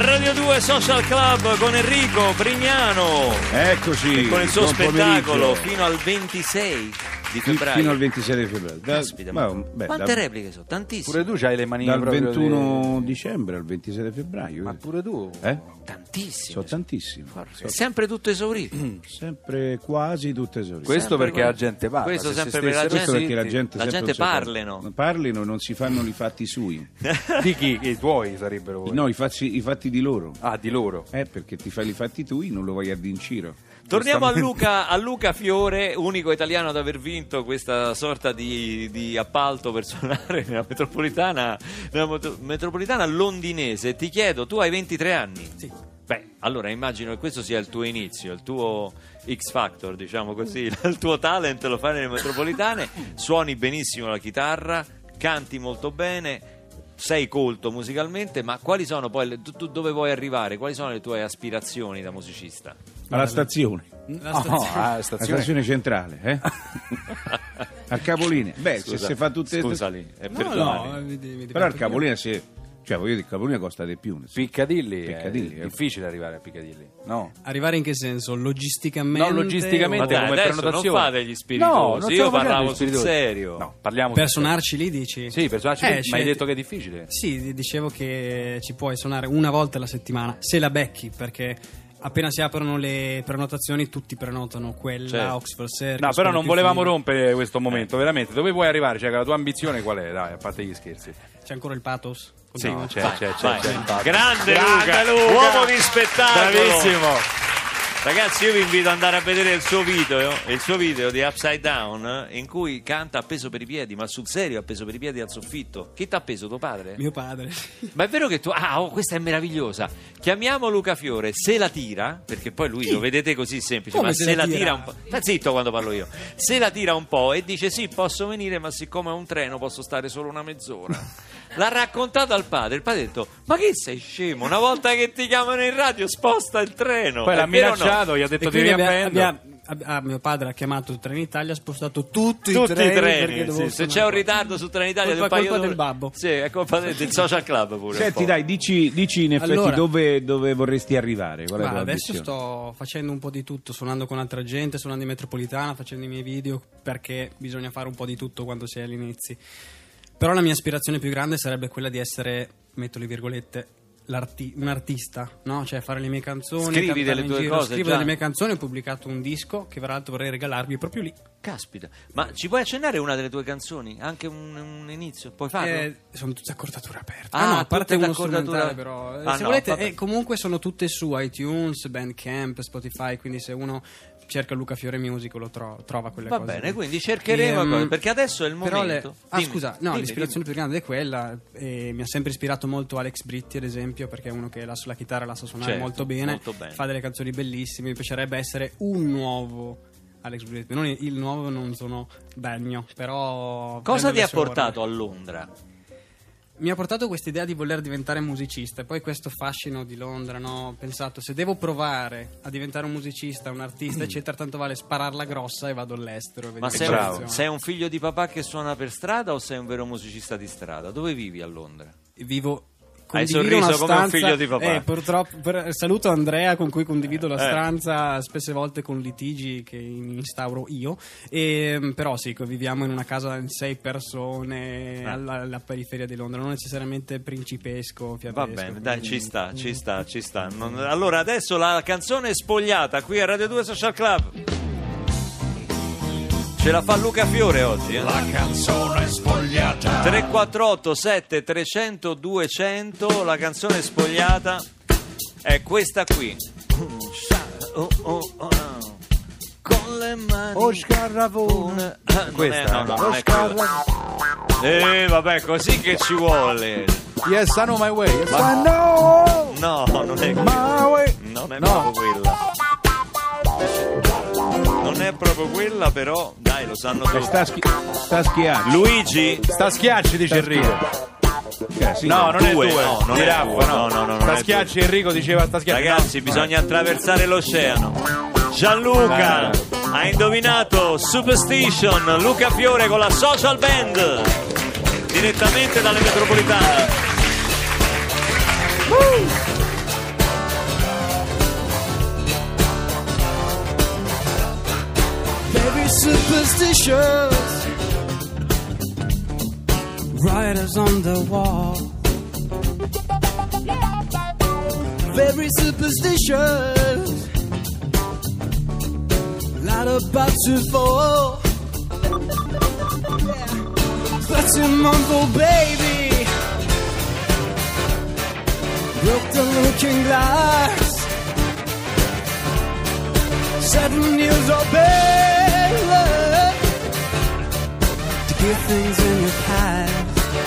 Radio 2 Social Club con Enrico Prignano. Eccoci. E con il suo buon spettacolo pomeriggio. fino al 26 di febbraio. Fino al 26 di febbraio. Caspita, quante repliche sono? Tantissime. Pure tu c'hai le manine Dal proprio 21 dicembre al 26 febbraio. Ma pure tu? Tantissime. Sono tantissime. È sempre tutto esaurito. Sempre quasi tutte esaurite. Questo Sempre perché la gente parla. questo se sempre si per la stesse Questo perché la zitti. gente, La sempre gente non si parlino. parla. Parlino, non si fanno i fatti sui. Di chi? I tuoi sarebbero voi. No, i fatti di loro. Ah, di loro. Perché ti fai i fatti tui, non lo vai a dire in giro. Torniamo a Luca Fiore, unico italiano ad aver vinto questa sorta di appalto per suonare nella metropolitana londinese. Ti chiedo, tu hai 23 anni? Sì. Beh, allora immagino che questo sia il tuo inizio, il tuo X Factor, diciamo così, il tuo talent lo fai nelle metropolitane, suoni benissimo la chitarra, canti molto bene, sei colto musicalmente, ma quali sono poi tu dove vuoi arrivare? Quali sono le tue aspirazioni da musicista? Alla stazione. La stazione. La La stazione. stazione centrale, Al capolinea. Beh, se si fa tutte Scusali, No, perdonami. Però il capolinea cioè voglio dire, il capolinea costa di più. Piccadilly, Piccadilly, è difficile arrivare a Piccadilly. No. Arrivare in che senso? Logisticamente? No, logisticamente. Ma dai, come adesso non prenotazione. fate gli spiritosi, non io stiamo facendo parlavo gli sul spiritosi. serio. No, parliamo Per sul serio. suonarci lì dici? Sì, per suonarci lì, ma cioè, hai detto che è difficile. Sì, dicevo che ci puoi suonare una volta alla settimana, se la becchi, perché appena si aprono le prenotazioni tutti prenotano quella, Certo. Oxford Circus. No, però quelle non più volevamo fighe. rompere questo momento, veramente. Dove vuoi arrivare? Cioè, la tua ambizione qual è? Dai, a parte gli scherzi. C'è ancora il pathos? Sì, Continua? c'è. Vai. infatti. Grande Grande Luca, uomo di spettacolo. Bravissimo. Ragazzi, io vi invito ad andare a vedere il suo video di Upside Down, in cui canta appeso per i piedi, ma sul serio appeso per i piedi al soffitto. Chi t'ha appeso, tuo padre? Mio padre. Ma è vero che tu... questa è meravigliosa. Chiamiamo Luca Fiore, se la tira, perché poi lui lo vedete così semplice, Come ma se se la la tira tira? un po'... Sta zitto quando parlo io. Se la tira un po' e dice sì, posso venire, ma siccome è un treno posso stare solo una mezz'ora. L'ha raccontato al padre, il padre ha detto ma che sei scemo? Una volta che ti chiamano in radio sposta il treno. Poi È l'ha vero o no? minacciato, gli ha detto E ti quindi riappendo. mio padre ha chiamato Trenitalia, ha spostato tutti Tutti i treni, i perché treni, dovevo sì. Se suonare c'è un qua. ritardo su Trenitalia di un Colpa paio d'ore. del babbo. Sì, è colpa del social club pure. un Senti, po'. dai, dici in effetti Allora- dove vorresti arrivare? Qual è la tua Adesso ambizione? sto facendo un po' di tutto, suonando con altra gente, suonando in metropolitana, facendo i miei video, perché bisogna fare un po' di tutto quando si è agli inizi. Però la mia aspirazione più grande sarebbe quella di essere, metto le virgolette, un artista, no? Cioè fare le mie canzoni, Scrivi cantarle delle in tue giro, cose scrivo già? delle mie canzoni, ho pubblicato un disco che tra l'altro vorrei regalarvi proprio lì. Caspita, ma ci puoi accennare una delle tue canzoni? Anche un inizio? Puoi farlo? Sono tutte accordature aperte. Ah, no, a parte tutte uno d'accordatura- strumentale però. Ah, Se no, volete, vabbè. comunque sono tutte su iTunes, Bandcamp, Spotify, quindi se uno cerca Luca Fiore Music lo trova quelle Va cose. bene, quindi cercheremo cose, perché adesso è il però momento. Dimmi, scusa, no, dimmi, l'ispirazione più grande è quella, e mi ha sempre ispirato molto Alex Britti, ad esempio, perché è uno che la chitarra la sa suonare Certo, molto bene, molto bene. fa delle canzoni bellissime. Mi piacerebbe essere un nuovo Alex Britti, non il nuovo, non sono degno, però Cosa prende ti ha le sue portato orme. a Londra? Mi ha portato questa idea di voler diventare musicista, e poi questo fascino di Londra, no? Ho pensato, se devo provare a diventare un musicista, un artista, eccetera, tanto vale spararla grossa e vado all'estero. e Ma vediamo sei come un, funziona. sei un figlio di papà che suona per strada o sei un vero musicista di strada? Dove vivi a Londra? Vivo. Hai condivido sorriso una come un stanza- figlio di papà. Purtroppo, saluto Andrea con cui condivido la Eh. stanza, spesse volte con litigi che mi instauro io. Però sì, viviamo in una casa in 6 persone alla periferia di Londra, non necessariamente principesco, Va fiabesco. bene, dai, quindi- ci sta. Allora, adesso la canzone spogliata qui a Radio 2 Social Club. Ce la fa Luca Fiore oggi, La canzone spogliata. 348 7300 200, la canzone spogliata è questa qui. Con le mani. Oscar Ravone. Questa? No, non è quella. Vabbè, così che ci vuole. Yes, I know my way. Yes, Ma- I know No, non è quella. my way. Non è No. proprio quella. Non è proprio quella, però dai, lo sanno tutti. Sta schiando. Luigi? Sta schiacci, dice Enrico. No, non è Due, due. no, non Di è Raffa, due. no. No, non Sta è schiacci, Enrico diceva sta schiacci. Ragazzi, No. bisogna attraversare l'oceano. Gianluca ha indovinato Superstition. Luca Fiore con la Social Band direttamente dalle metropolitane. Superstitious writers on the wall, very superstitious, not about to fall. 13-month-old baby broke the looking glass. 7 years old baby to get things in your past.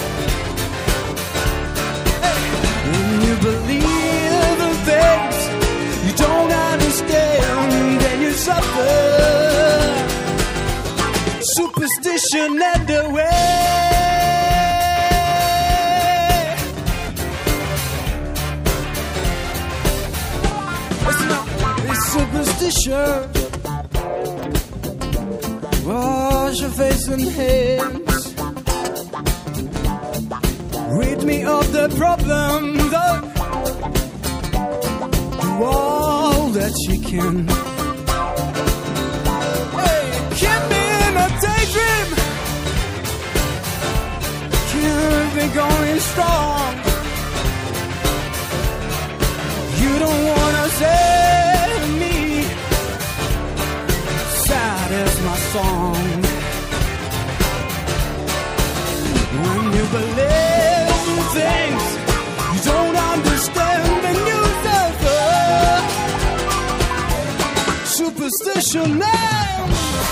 When you believe in things you don't understand, then you suffer. Superstition and the way. It's superstition. Wash your face and hands. Rid me of the problem, though. Do all that you can. Hey, keep me in a daydream. Keep me going strong. You don't wanna say me. Sad is my song. When you believe in things you don't understand, and you suffer. Superstition now.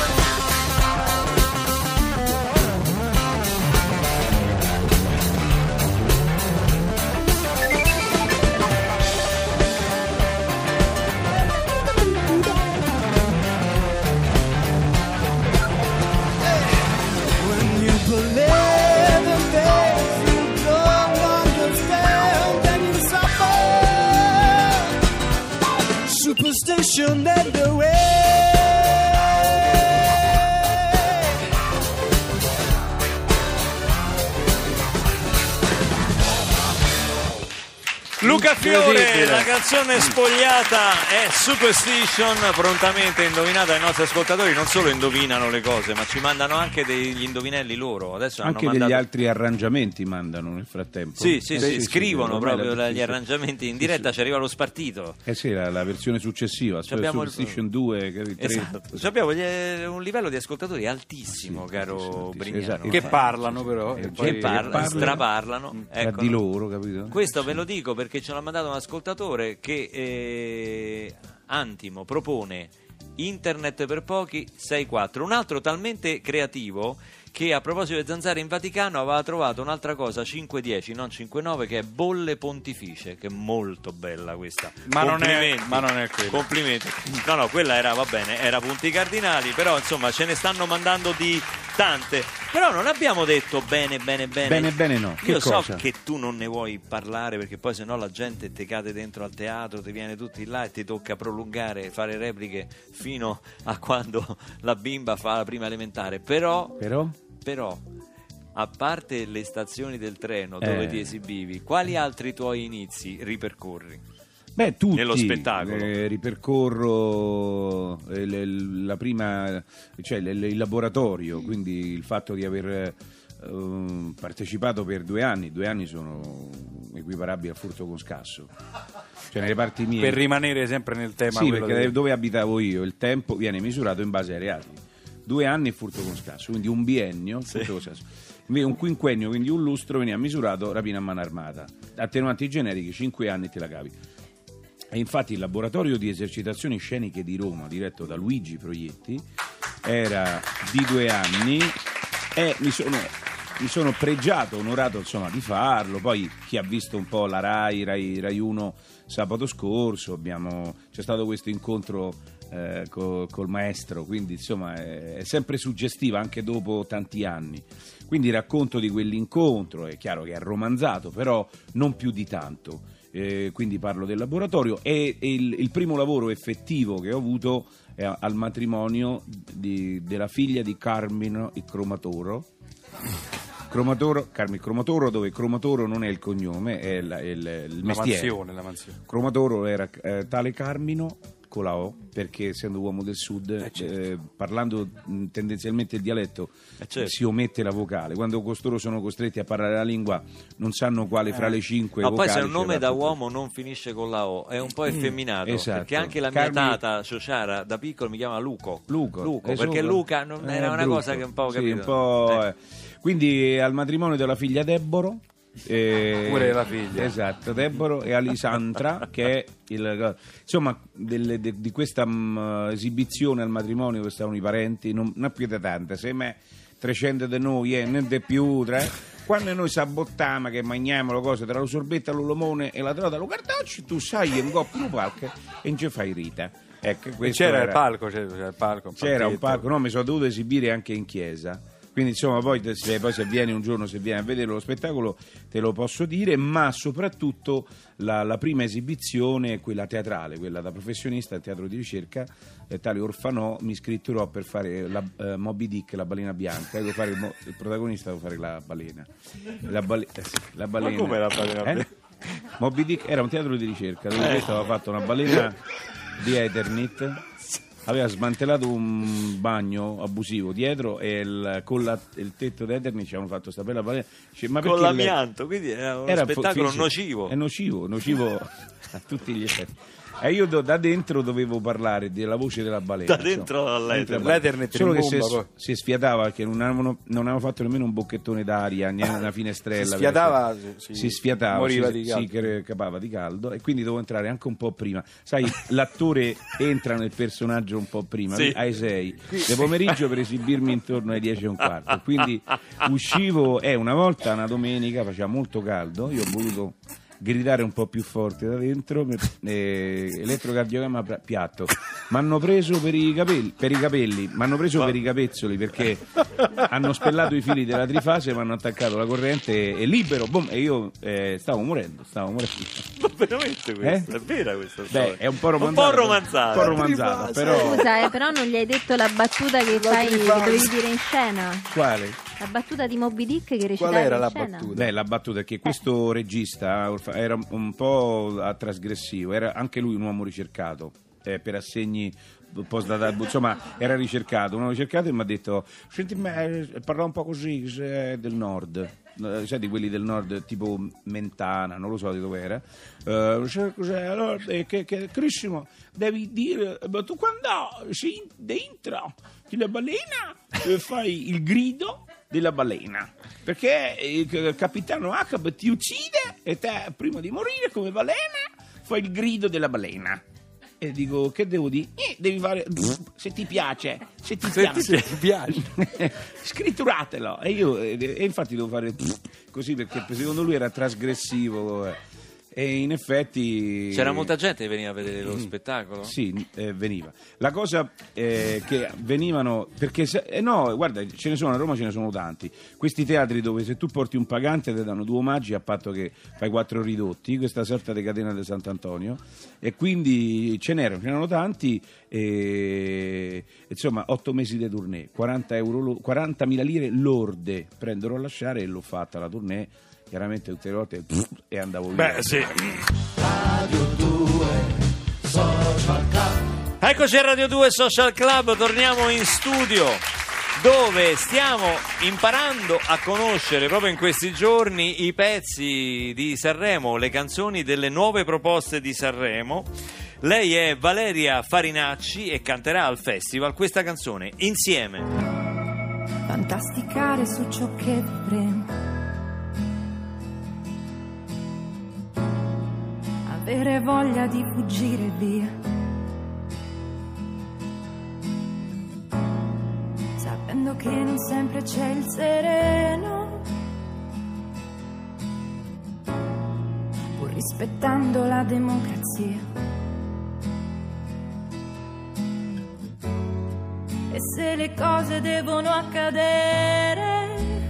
Superstition and the way. Luca Fiore, la canzone spogliata è Superstition, prontamente indovinata dai nostri ascoltatori. Non solo indovinano le cose, ma ci mandano anche degli indovinelli loro. Adesso hanno anche mandato degli altri arrangiamenti mandano nel frattempo. Sì, scrivono proprio ormai gli arrangiamenti in diretta, ci arriva lo spartito. Sì, la versione successiva, Superstition 2, 3. Esatto. Abbiamo un livello di ascoltatori altissimo, caro Brignano. Esatto. Che parlano però. Che straparlano. Tra Ecco, di loro, capito? questo ve lo dico perché ce l'ha mandato un ascoltatore che Antimo propone Internet per pochi 6.4, un altro talmente creativo che a proposito di zanzare in Vaticano aveva trovato un'altra cosa 5.10 non 5.9 che è bolle pontificie, che è molto bella questa. Ma non è quella. Complimenti. No, quella era, va bene, era punti cardinali, però insomma ce ne stanno mandando di tante. Però non abbiamo detto bene no. Che Io cosa? so che tu non ne vuoi parlare perché poi sennò la gente ti cade dentro al teatro, ti viene tutti là e ti tocca prolungare, fare repliche fino a quando la bimba fa la prima elementare. Però a parte le stazioni del treno dove ti esibivi, quali altri tuoi inizi ripercorri? Beh, tutti. Nello spettacolo. Ripercorro la prima, cioè il laboratorio, quindi il fatto di aver partecipato per 2 anni. 2 anni sono equiparabili a furto con scasso. Cioè nelle parti mie. Per rimanere sempre nel tema. Sì, perché dove abitavo io il tempo viene misurato in base ai reati. 2 anni furto con scasso, quindi un biennio furto con scasso. Invece un quinquennio, quindi un lustro, veniva misurato rapina a mano armata. Attenuanti generiche, 5 anni te la cavi. E infatti il laboratorio di esercitazioni sceniche di Roma, diretto da Luigi Proietti, era di 2 anni e mi sono pregiato, onorato insomma di farlo. Poi chi ha visto un po' la Rai 1 sabato scorso, c'è stato questo incontro col maestro, quindi insomma è sempre suggestiva anche dopo tanti anni. Quindi racconto di quell'incontro, è chiaro che è romanzato, però non più di tanto. Quindi parlo del laboratorio e il primo lavoro effettivo che ho avuto è al matrimonio della figlia di Carmine il Cromatoro, Carmine Cromatoro, dove Cromatoro non è il cognome, è il mestiere. La mansione. Cromatoro era tale Carmine con la O, perché essendo uomo del sud, parlando tendenzialmente il dialetto, certo. si omette la vocale. Quando costoro sono costretti a parlare la lingua, non sanno quale fra le 5 Ma vocali. poi se un nome ce da l'ha tutto. uomo non finisce con la O è un po' effeminato, Esatto. perché anche la Carmi- mia tata Ciociara da piccolo mi chiama Luco, perché sopra. Luca non era una brutto. cosa che un po' Sì, capito. un po', Quindi al matrimonio della figlia Debboro, Pure la figlia. esatto, Debboro e Alisandra, che è insomma di questa esibizione al matrimonio dove stavano i parenti, non più da tanta, se me 300 di noi non di più, quando noi sabottiamo che mangiamo le cose tra lo sorbetto, lo lomone e la trota, lo cartoccio, tu sai in coppa lo palco e non ci fai rita. Ecco, questo C'era era- il palco, c'era il palco. c'era un palchetto. palco, no, mi sono dovuto esibire anche in chiesa. Quindi insomma poi se vieni un giorno, se vieni a vedere lo spettacolo te lo posso dire, ma soprattutto la prima esibizione, quella teatrale, quella da professionista al teatro di ricerca, tale Orfanò, mi iscritterò per fare Moby Dick, la balena bianca, devo fare il protagonista, devo fare la balena. La balena. Ma come la balena? Moby Dick era un teatro di ricerca dove questo aveva fatto una balena di Eternit, aveva smantellato un bagno abusivo dietro e con il tetto di Eternit ci avevano fatto sta bella balena. Dice, ma Con perché l'amianto, quindi era uno spettacolo nocivo. è nocivo a tutti gli effetti. E io da dentro dovevo parlare della voce della balena. Da dentro all'Eternit. L'Eternit Solo che rimbomba, poi. si sfiatava, perché non avevano fatto nemmeno un bocchettone d'aria, neanche una finestrella. Si sfiatava, si sfiatava, moriva si di caldo. capava di caldo, e quindi dovevo entrare anche un po' prima. Sai, l'attore entra nel personaggio un po' prima, Sì. ai 6 di pomeriggio, per esibirmi intorno ai 10:15. Quindi uscivo, una volta, una domenica, faceva molto caldo, io ho voluto gridare un po' più forte da dentro, elettrocardiogramma piatto, mi hanno preso per i capelli, mi hanno preso per i capezzoli, perché hanno spellato i fili della trifase, mi hanno attaccato la corrente e libero, boom, e io stavo morendo. Ma veramente questo? È vera questa storia? Beh, è un po' romanzata. Un po' romanzata. Però Scusa, però non gli hai detto la battuta che dovevi dire in scena? quale? La battuta di Moby Dick che recitavi Qual era in la scena? battuta? Beh, la battuta è che questo regista era un po' trasgressivo, era anche lui un uomo ricercato, per assegni postdatati, insomma era ricercato, uno ricercato, e mi ha detto: senti, parla un po' così, sei del nord, sai, di quelli del nord tipo Mentana, non lo so di dove era, cos'è, allora, che carissimo, devi dire, tu quando si entra la balena fai il grido della balena, perché il capitano Ahab ti uccide e te, prima di morire come balena, fai il grido della balena. E dico, che devo dire? Devi fare se ti piace, se ti piace. Scritturatelo. E infatti devo fare così, perché secondo lui era trasgressivo, e in effetti C'era molta gente che veniva a vedere lo spettacolo? sì, veniva. La cosa che venivano, perché no, guarda, ce ne sono a Roma, ce ne sono tanti. Questi teatri dove se tu porti un pagante ti danno 2 omaggi a patto che fai 4 ridotti, questa sorta di catena di Sant'Antonio, e quindi ce n'erano tanti, e insomma 8 mesi di tournée, 40.000 lire lorde, prendere o lasciare, e l'ho fatta la tournée. Chiaramente tutte le volte e andavo via. Beh, sì. Eccoci a Radio 2 Social Club, torniamo in studio dove stiamo imparando a conoscere proprio in questi giorni i pezzi di Sanremo, le canzoni delle nuove proposte di Sanremo. Lei è Valeria Farinacci e canterà al festival questa canzone, Insieme. Fantasticare su ciò che vedremo, avere voglia di fuggire via, sapendo che non sempre c'è il sereno, pur rispettando la democrazia. E se le cose devono accadere,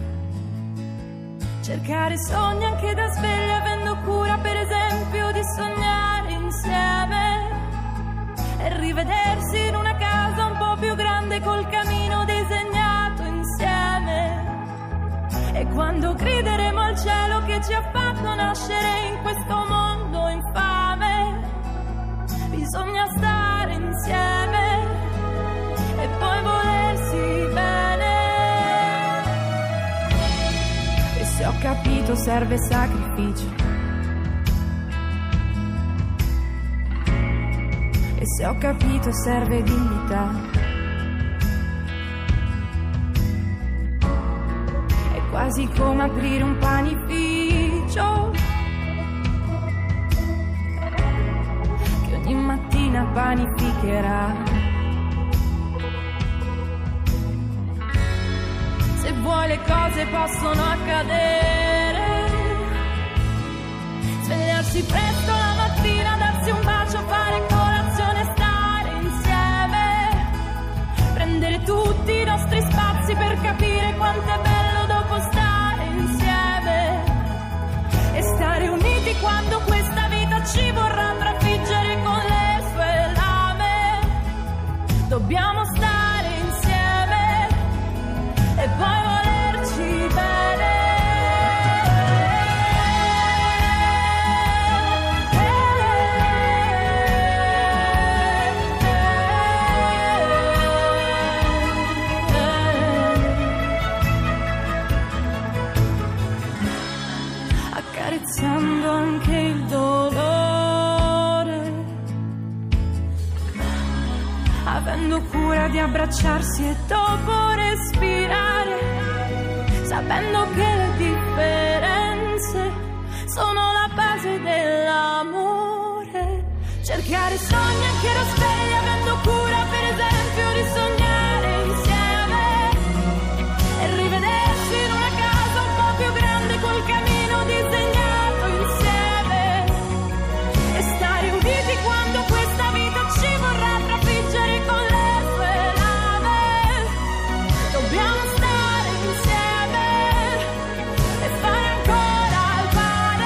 cercare sogni anche da sveglia, avendo cura per esempio di sognare insieme, e rivedersi in una casa un po' più grande col camino disegnato insieme. E quando grideremo al cielo che ci ha fatto nascere in questo mondo infame, bisogna stare insieme e poi volersi bene. E se ho capito serve sacrificio, e se ho capito serve dignità. È quasi come aprire un panificio che ogni mattina panificherà. Se vuoi le cose possono accadere, svegliarsi presto la mattina, darsi un bacio, fare colazione, stare insieme, prendere tutti i nostri spazi per capire quanto è bello dopo stare insieme e stare uniti quando questa vita ci vorrà trafiggere con le sue lame. Dobbiamo stare insieme e poi volerci bene. Accarezzando anche il dolore, avendo cura di abbracciarsi e dopo respirare, sapendo che le differenze sono la base dell'amore. Cercare sogni anche da sveglia, avendo cura per esempio di sognare insieme e rivedersi in una casa un po' più grande col camino disegnato insieme e stare uniti quando questa vita ci vorrà trafiggere con le sue lame. Dobbiamo stare insieme e fare ancora il pane.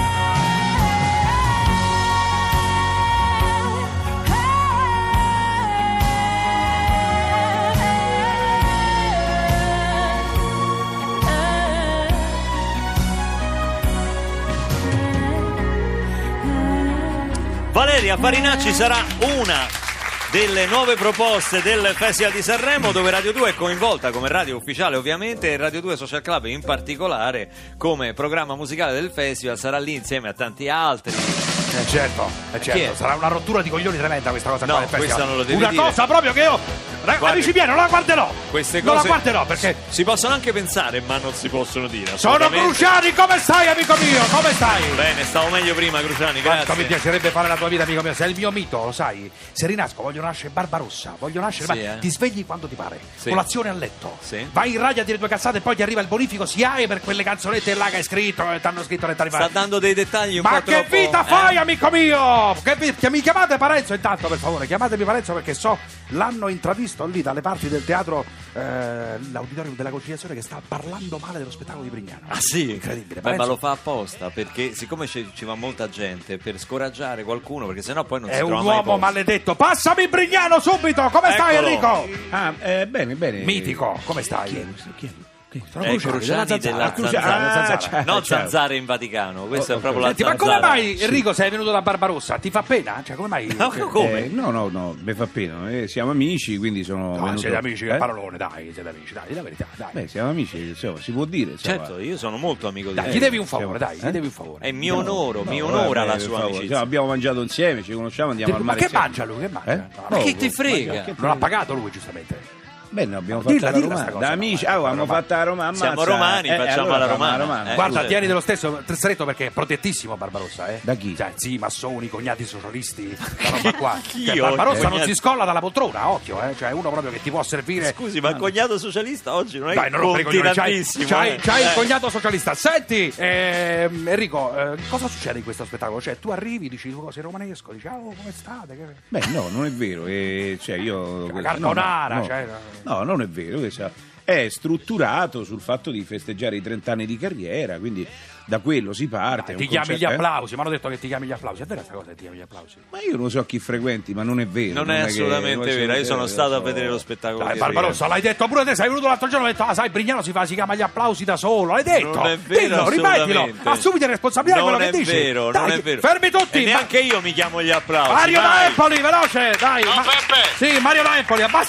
Valeria Farinacci sarà una delle nuove proposte del Festival di Sanremo, dove Radio 2 è coinvolta come radio ufficiale ovviamente, e Radio 2 Social Club in particolare come programma musicale del festival sarà lì insieme a tanti altri. Certo, sarà una rottura di coglioni tremenda questa cosa. No, qua del questa festival. non lo devi una dire. cosa proprio che io, amici miei, non la guarderò. Queste non cose la guarderò perché si possono anche pensare, ma non si possono dire. sono assolutamente. Cruciani. Come stai, amico mio? Come stai? Bene, stavo meglio prima, Cruciani, Quanto grazie. mi piacerebbe fare la tua vita, amico mio. Sei il mio mito, lo sai. Se rinasco voglio nascere Barbarossa. Voglio nascere. Sì, Ti svegli quando ti pare. Sì. Colazione a letto. Sì. Vai in radio a dire due cazzate e poi ti arriva il bonifico SIAE per quelle canzonette là che hai scritto e ti hanno scritto 30 anni fa. Sta dando dei dettagli un Ma po' che troppo... vita fai, amico mio? Mi chiamate Parenzo intanto, per favore. Chiamatemi Parenzo perché so l'hanno intravisto lì dalle parti del teatro l'auditorium della Conciliazione che sta parlando male dello spettacolo di Brignano. Ah sì? Incredibile. Beh, ma Parenzo lo fa apposta perché siccome ci va molta gente per scoraggiare qualcuno, perché sennò poi non è si un trova mai uomo posto. maledetto. Passami Brignano subito. Come stai, Eccolo. Enrico? Bene. Mitico, come stai? Chi? Sono Cruciani della Zanzara. No, Zanzare in Vaticano, questo è proprio la Senti, ma Zanzara. come mai, Enrico, sei venuto da Barbarossa? Ti fa pena? Cioè, come mai? No, come? No, mi fa pena. Siamo amici, quindi sono No, venuto. siete amici, che parolone, dai, siete amici, dai, la verità, dai. Beh, siamo amici, insomma, si può dire. Insomma. Certo, io sono molto amico di Dai, te. gli devi un favore, dai, gli devi un favore. È mio onore, mi onora la sua favore. amicizia. Abbiamo mangiato insieme, ci conosciamo, andiamo al Ma mare che insieme. mangia lui? Che mangia? Eh? No, Ma no, che ti frega? non ha pagato lui, giustamente. Beh, no, abbiamo Dilla, fatto la dilla romana. sta cosa, Da amici, no, abbiamo romana. fatto la romana. Siamo romani, facciamo allora la facciamo romana. Guarda, scusa. tieni dello stesso stretto perché è protettissimo Barbarossa, eh? Da chi? Cioè, sì, massoni, cognati socialisti, la roba qua. Io, Cioè, Barbarossa non cognati- si scolla dalla poltrona, occhio, eh? Cioè, uno proprio che ti può servire. Scusi, ma il cognato socialista oggi non è Dai, non rompere i conti coglioni, tantissimo. c'hai il cognato socialista. Senti, Enrico, cosa succede in questo spettacolo? Cioè, tu arrivi, dici due cose romanesco, dici, oh, come state? Beh, no, non è vero. Cioè, io. La carbonara, no, cioè, no, non è vero. è strutturato sul fatto di festeggiare i 30 anni di carriera, quindi da quello si parte. Ti chiami gli applausi, mi hanno detto che ti chiami gli applausi. È vera questa cosa che ti chiami gli applausi? Ma io non so chi frequenti, ma non è vero. Non è assolutamente vero, io sono stato a vedere lo spettacolo. Dai, di Barbarossa, l'hai detto pure te, sei venuto l'altro giorno e hai detto, sai, Brignano si chiama gli applausi da solo, l'hai detto. Non è vero, dillo, ripetilo, assolutamente. assumiti la responsabilità di Non quello che è dici. vero, Dai, non è vero. fermi tutti. E neanche io mi chiamo gli applausi. Mario da vai. Empoli, veloce, dai. Peppe. Sì, Mario da Empoli, abbassa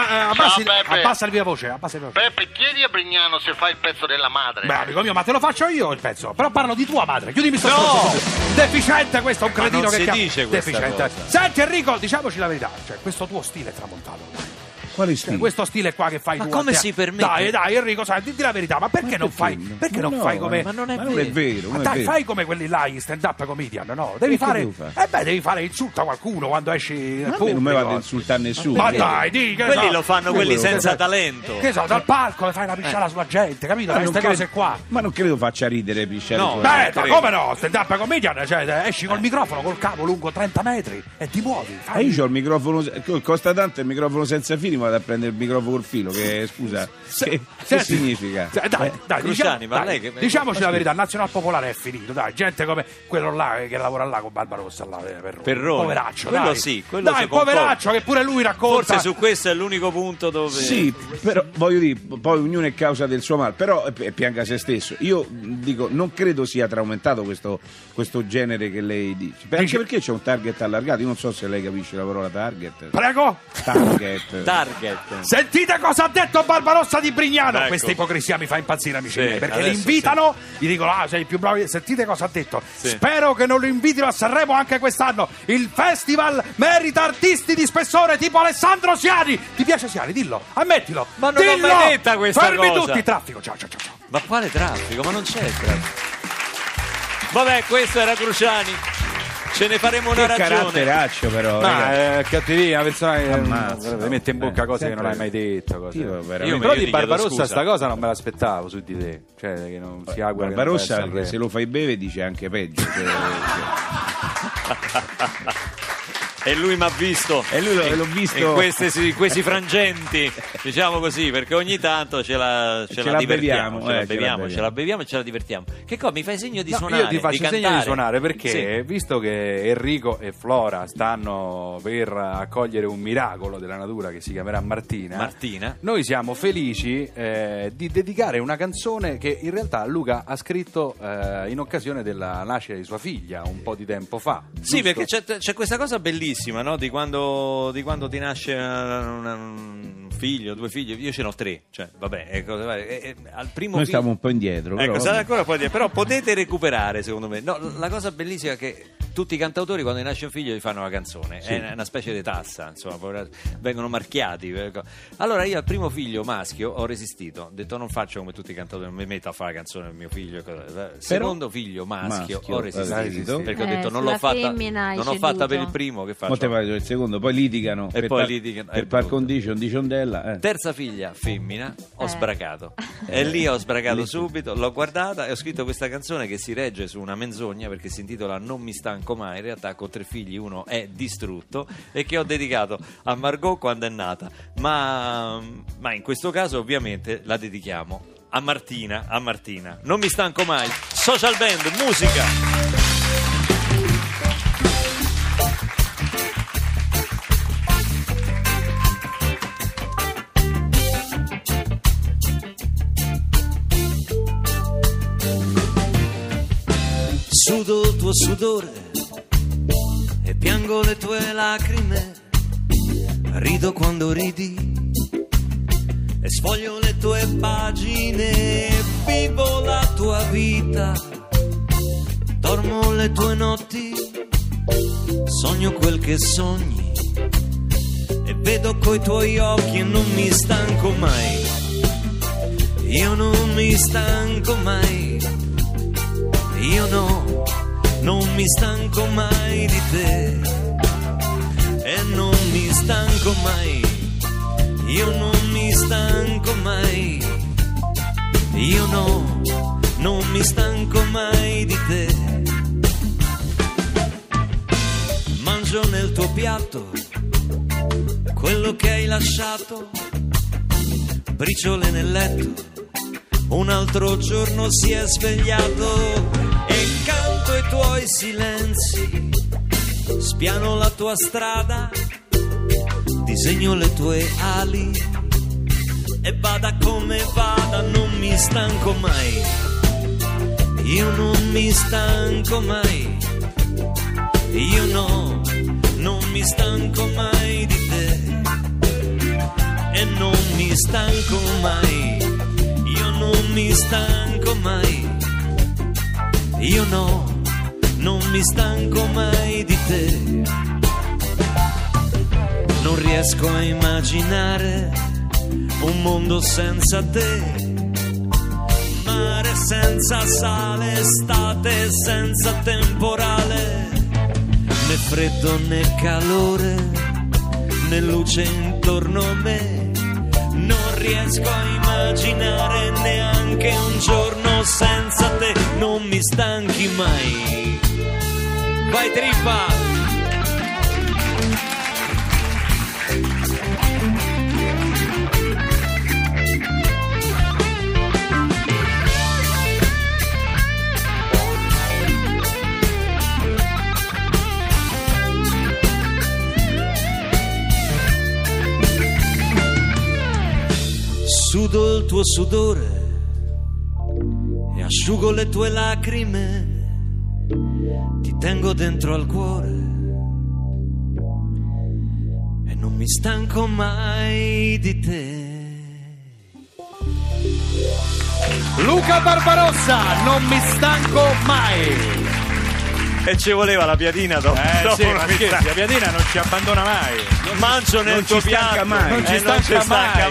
Peppe. il mia voce, Peppe, chiedi a Brignano se fa il pezzo della madre. Beh, amico mio, ma te lo faccio io il pezzo. Però parlo di tua madre. Chiudimi sto stronzo. Deficiente questo, un cretino non che si chiama. dice questa Deficiente. cosa. Senti Enrico, diciamoci la verità. Cioè, questo tuo stile è tramontato. Quale stile? Questo stile qua che fai Ma tu. come a te- si permette? Dai Enrico, sai, di la verità, ma perché non fai? Perché non fai come. Ma non è Ma non è vero, Ma non è dai, vero. fai come quelli là, gli stand-up comedian, no? Devi Che fare. devo fare? Devi fare insulta qualcuno quando esci nel Ma a me non mi pubblico. vado a insultare nessuno. Ma Perché? dai, di che Quelli so. lo fanno quelli Quello- senza talento. Che so, dal palco fai una pisciata sulla gente, capito? Ma Queste non credo- cose qua. Ma non credo faccia ridere pisciare No, fuori. Beh, ma credo. come no? Stand-up comedian, cioè esci col microfono, col cavo lungo 30 metri e ti muovi. Ah, io ho il microfono, costa tanto il microfono senza fili, ma vado a prendere il microfono col filo, che scusa, che Senti, significa? Dai, Cruciani, ma lei che- diciamoci la verità, il Nazionale Popolare è finito, dai, gente come quello là che lavora là con Barbarossa là, Perrone. poveraccio, Quello dai. sì, quello dai, si concorda. poveraccio che pure lui racconta. Forse su questo è l'unico punto dove... Sì, però voglio dire, poi ognuno è causa del suo male, però pianga se stesso. Io dico, non credo sia traumentato questo genere che lei dice. Anche perché c'è un target allargato, io non so se lei capisce la parola target. Prego. Target. Sentite cosa ha detto Barbarossa di Brignano. Ecco. Questa ipocrisia mi fa impazzire, amici Sì, miei, perché li adesso invitano, gli dicono sei il più bravo. Sentite cosa ha detto. Sì. Spero che non lo invitino a Sanremo anche quest'anno. Il festival merita artisti di spessore tipo Alessandro Siani. Ti piace Siani? Dillo, ammettilo. Ma non l'ho Dillo! mai detta questa Fermi cosa. tutti, traffico. Ciao. Ma quale traffico? Ma non c'è traffico. Vabbè, questo era Cruciani. Ce ne faremo una Che ragione. caratteraccio però, Ma ragazzi. è cattività, una persona che Ammazza, ti mette in bocca cose che non sempre. hai mai detto. Cose. Io veramente- Io Però ti di chiedo Barbarossa scusa. sta cosa non me l'aspettavo su di te. Cioè che non si augura che non vai a Barbarossa Sanremo. se lo fai bere dice anche peggio. E lui mi ha visto. E lui l'ho visto. in questi frangenti, diciamo così, perché ogni tanto ce la divertiamo, beviamo, ce la beviamo e ce la divertiamo. Che cosa? Mi fai segno di No, suonare? io ti faccio segno cantare? di suonare perché Sì. visto che Enrico e Flora stanno per accogliere un miracolo della natura che si chiamerà Martina, noi siamo felici di dedicare una canzone che in realtà Luca ha scritto in occasione della nascita di sua figlia un po' di tempo fa. Sì, giusto? perché c'è questa cosa bellissima, no? Di quando ti nasce un figlio, due figli. Io ce n'ho tre, cioè vabbè, al primo Noi figlio... stiamo un po' indietro. Però, Ecco, vabbè. ancora poi però potete recuperare, secondo me. No, la cosa bellissima è che tutti i cantautori quando nasce un figlio gli fanno una canzone, è una specie di tassa, insomma, vengono marchiati. Allora io al primo figlio maschio ho resistito, ho detto non faccio come tutti i cantautori, non mi metto a fare la canzone del mio figlio. Secondo figlio maschio ho resistito, perché ho detto non l'ho sulla fatta, femmina hai non ho fatta ceduto. per il primo, che faccio? Mo te vai il secondo, poi litigano E per poi par- litigano, è per par brutto. condition di ciondella. Terza figlia, femmina, ho sbracato. E lì ho sbracato subito, l'ho guardata e ho scritto questa canzone che si regge su una menzogna perché si intitola Non mi stanco mai. In realtà con tre figli uno è distrutto e che ho dedicato a Margot quando è nata. Ma in questo caso ovviamente la dedichiamo a Martina. Non mi stanco mai. Social Band, musica. Sudo il tuo sudore e piango le tue lacrime, rido quando ridi e sfoglio le tue pagine, vivo la tua vita, dormo le tue notti, sogno quel che sogni e vedo coi tuoi occhi e non mi stanco mai, io non mi stanco mai. Io no, non mi stanco mai di te e non mi stanco mai, io non mi stanco mai, io no, non mi stanco mai di te. Mangio nel tuo piatto quello che hai lasciato, briciole nel letto, un altro giorno si è svegliato e canto i tuoi silenzi, spiano la tua strada, disegno le tue ali e vada come vada non mi stanco mai, io non mi stanco mai, io no, non mi stanco mai di te e non mi stanco mai, io non mi stanco mai, io no, non mi stanco mai di te. Non riesco a immaginare un mondo senza te, mare senza sale, estate senza temporale, né freddo né calore, né luce intorno a me. Non riesco a immaginare neanche un giorno senza te, non mi stanchi mai. Vai Trippa! Sudo il tuo sudore e asciugo le tue lacrime, ti tengo dentro al cuore e non mi stanco mai di te. Luca Barbarossa, non mi stanco mai. E ci voleva la piadina dopo. Sì, ma scherzi, la piadina non ci abbandona mai. Mangio nel tuo piatto, mai. non ci stanca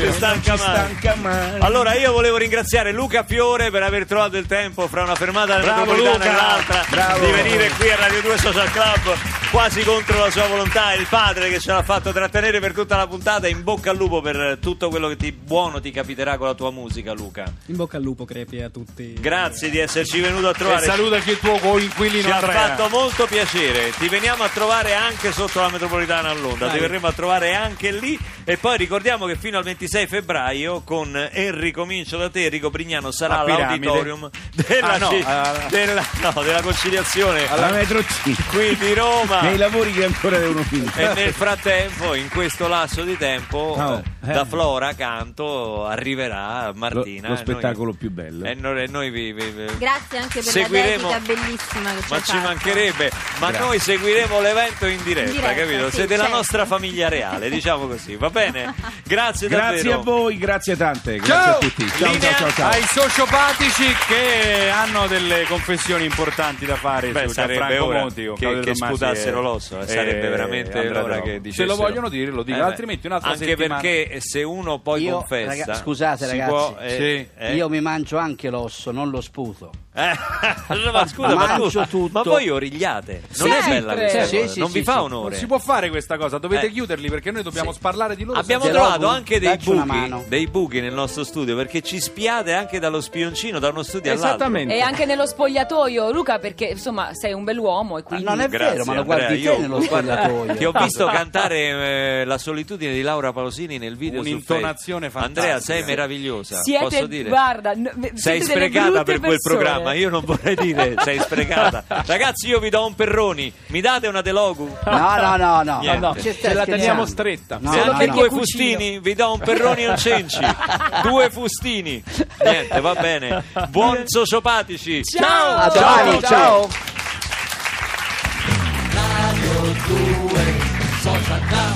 mai. Allora io volevo ringraziare Luca Fiore per aver trovato il tempo fra una fermata della metropolitana e l'altra di venire qui a Radio 2 Social Club quasi contro la sua volontà, il padre che ce l'ha fatto trattenere per tutta la puntata. In bocca al lupo per tutto quello che buono ti capiterà con la tua musica, Luca. In bocca al lupo, Crepi, a tutti. Grazie di esserci venuto a trovare. E saluta anche il tuo coinquilino. Ci ha fatto molto piacere. Ti veniamo a trovare anche sotto la metropolitana a Londra. Ti verremo a trovare anche lì. E poi ricordiamo che fino al 26 febbraio con Enrico Comincio da te, Enrico Brignano sarà all'auditorium della conciliazione alla metro C qui di Roma, nei lavori che ancora devono finire. E nel frattempo, in questo lasso di tempo, da Flora Canto arriverà Martina, lo spettacolo più bello. E noi vi grazie anche per seguiremo, la dedica bellissima che ma ci mancherebbe, ma grazie. Noi seguiremo l'evento in diretta, capito? Sì, siete la certo. nostra famiglia reale, diciamo così, va bene? Grazie davvero. Grazie a voi, grazie tante, grazie a tutti. Ciao. Ai sociopatici che hanno delle confessioni importanti da fare su Gianfranco Monti che sputassero l'osso, sarebbe veramente l'ora che dicessero. Se lo vogliono dire lo dico, altrimenti un'altra anche settimana. Perché se uno poi confessa, scusate ragazzi, può, io mi mangio anche l'osso, non lo sputo. Ma scusa, ma voi origliate, non è bella questa cosa, non vi fa onore. Non si può fare questa cosa, dovete chiuderli perché noi dobbiamo sparlare di loro. Abbiamo trovato anche dei buchi nel nostro studio perché ci spiate anche dallo spioncino da uno studio all'altro. E anche nello spogliatoio, Luca, perché insomma sei un bell'uomo e quindi non è vero, ma lo guardi te nello spogliatoio. Ti ho visto cantare La solitudine di Laura Pausini nel video un'intonazione fantastica. Andrea, sei meravigliosa. Posso dire? Guarda, sei sprecata per quel programma. Io non vorrei dire sei sprecata. Ragazzi, io vi do un Perroni. Mi date una Delogu? No. Ce la teniamo stretta. Anche due fustini. Vi do un Perroni e un Cenci. 2 fustini. Niente, va bene. Buon sociopatici. Ciao. Radio 2 Social Club.